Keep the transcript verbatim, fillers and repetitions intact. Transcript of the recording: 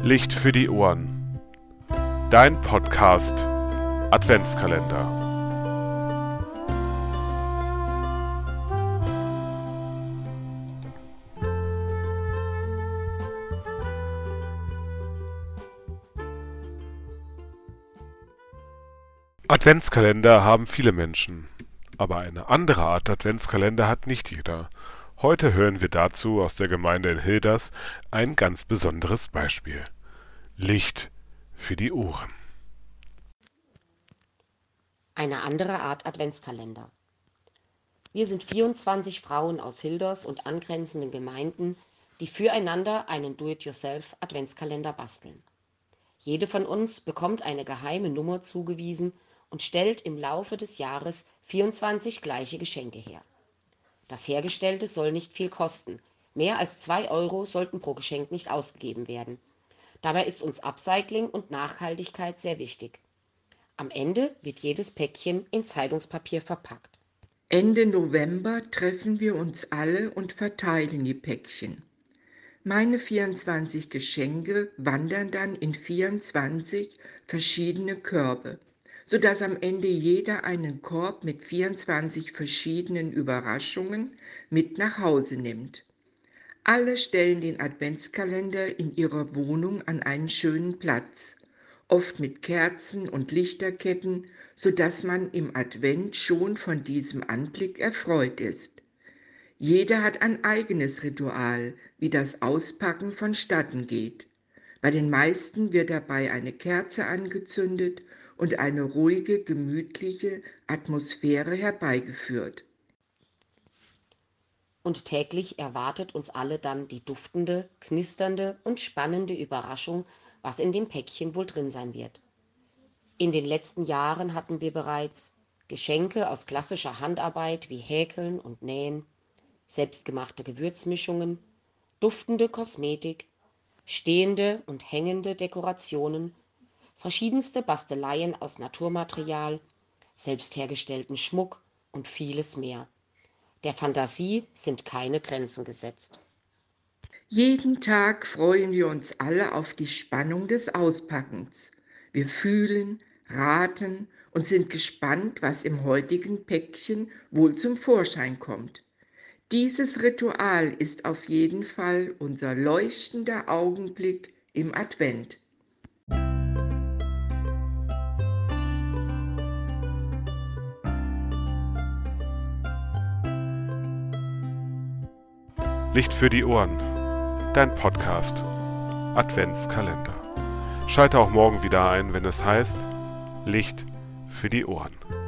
Licht für die Ohren. Dein Podcast Adventskalender. Adventskalender haben viele Menschen, aber eine andere Art Adventskalender hat nicht jeder. Heute hören wir dazu aus der Gemeinde in Hilders ein ganz besonderes Beispiel. Licht für die Ohren. Eine andere Art Adventskalender. Wir sind vierundzwanzig Frauen aus Hilders und angrenzenden Gemeinden, die füreinander einen Do-it-yourself-Adventskalender basteln. Jede von uns bekommt eine geheime Nummer zugewiesen und stellt im Laufe des Jahres vierundzwanzig gleiche Geschenke her. Das Hergestellte soll nicht viel kosten. Mehr als zwei Euro sollten pro Geschenk nicht ausgegeben werden. Dabei ist uns Upcycling und Nachhaltigkeit sehr wichtig. Am Ende wird jedes Päckchen in Zeitungspapier verpackt. Ende November treffen wir uns alle und verteilen die Päckchen. Meine vierundzwanzig Geschenke wandern dann in vierundzwanzig verschiedene Körbe, sodass am Ende jeder einen Korb mit vierundzwanzig verschiedenen Überraschungen mit nach Hause nimmt. Alle stellen den Adventskalender in ihrer Wohnung an einen schönen Platz, oft mit Kerzen und Lichterketten, sodass man im Advent schon von diesem Anblick erfreut ist. Jeder hat ein eigenes Ritual, wie das Auspacken vonstatten geht. Bei den meisten wird dabei eine Kerze angezündet und eine ruhige, gemütliche Atmosphäre herbeigeführt. Und täglich erwartet uns alle dann die duftende, knisternde und spannende Überraschung, was in dem Päckchen wohl drin sein wird. In den letzten Jahren hatten wir bereits Geschenke aus klassischer Handarbeit wie Häkeln und Nähen, selbstgemachte Gewürzmischungen, duftende Kosmetik, stehende und hängende Dekorationen, verschiedenste Basteleien aus Naturmaterial, selbst hergestellten Schmuck und vieles mehr. Der Fantasie sind keine Grenzen gesetzt. Jeden Tag freuen wir uns alle auf die Spannung des Auspackens. Wir fühlen, raten und sind gespannt, was im heutigen Päckchen wohl zum Vorschein kommt. Dieses Ritual ist auf jeden Fall unser leuchtender Augenblick im Advent. Licht für die Ohren. Dein Podcast Adventskalender. Schalte auch morgen wieder ein, wenn es heißt Licht für die Ohren.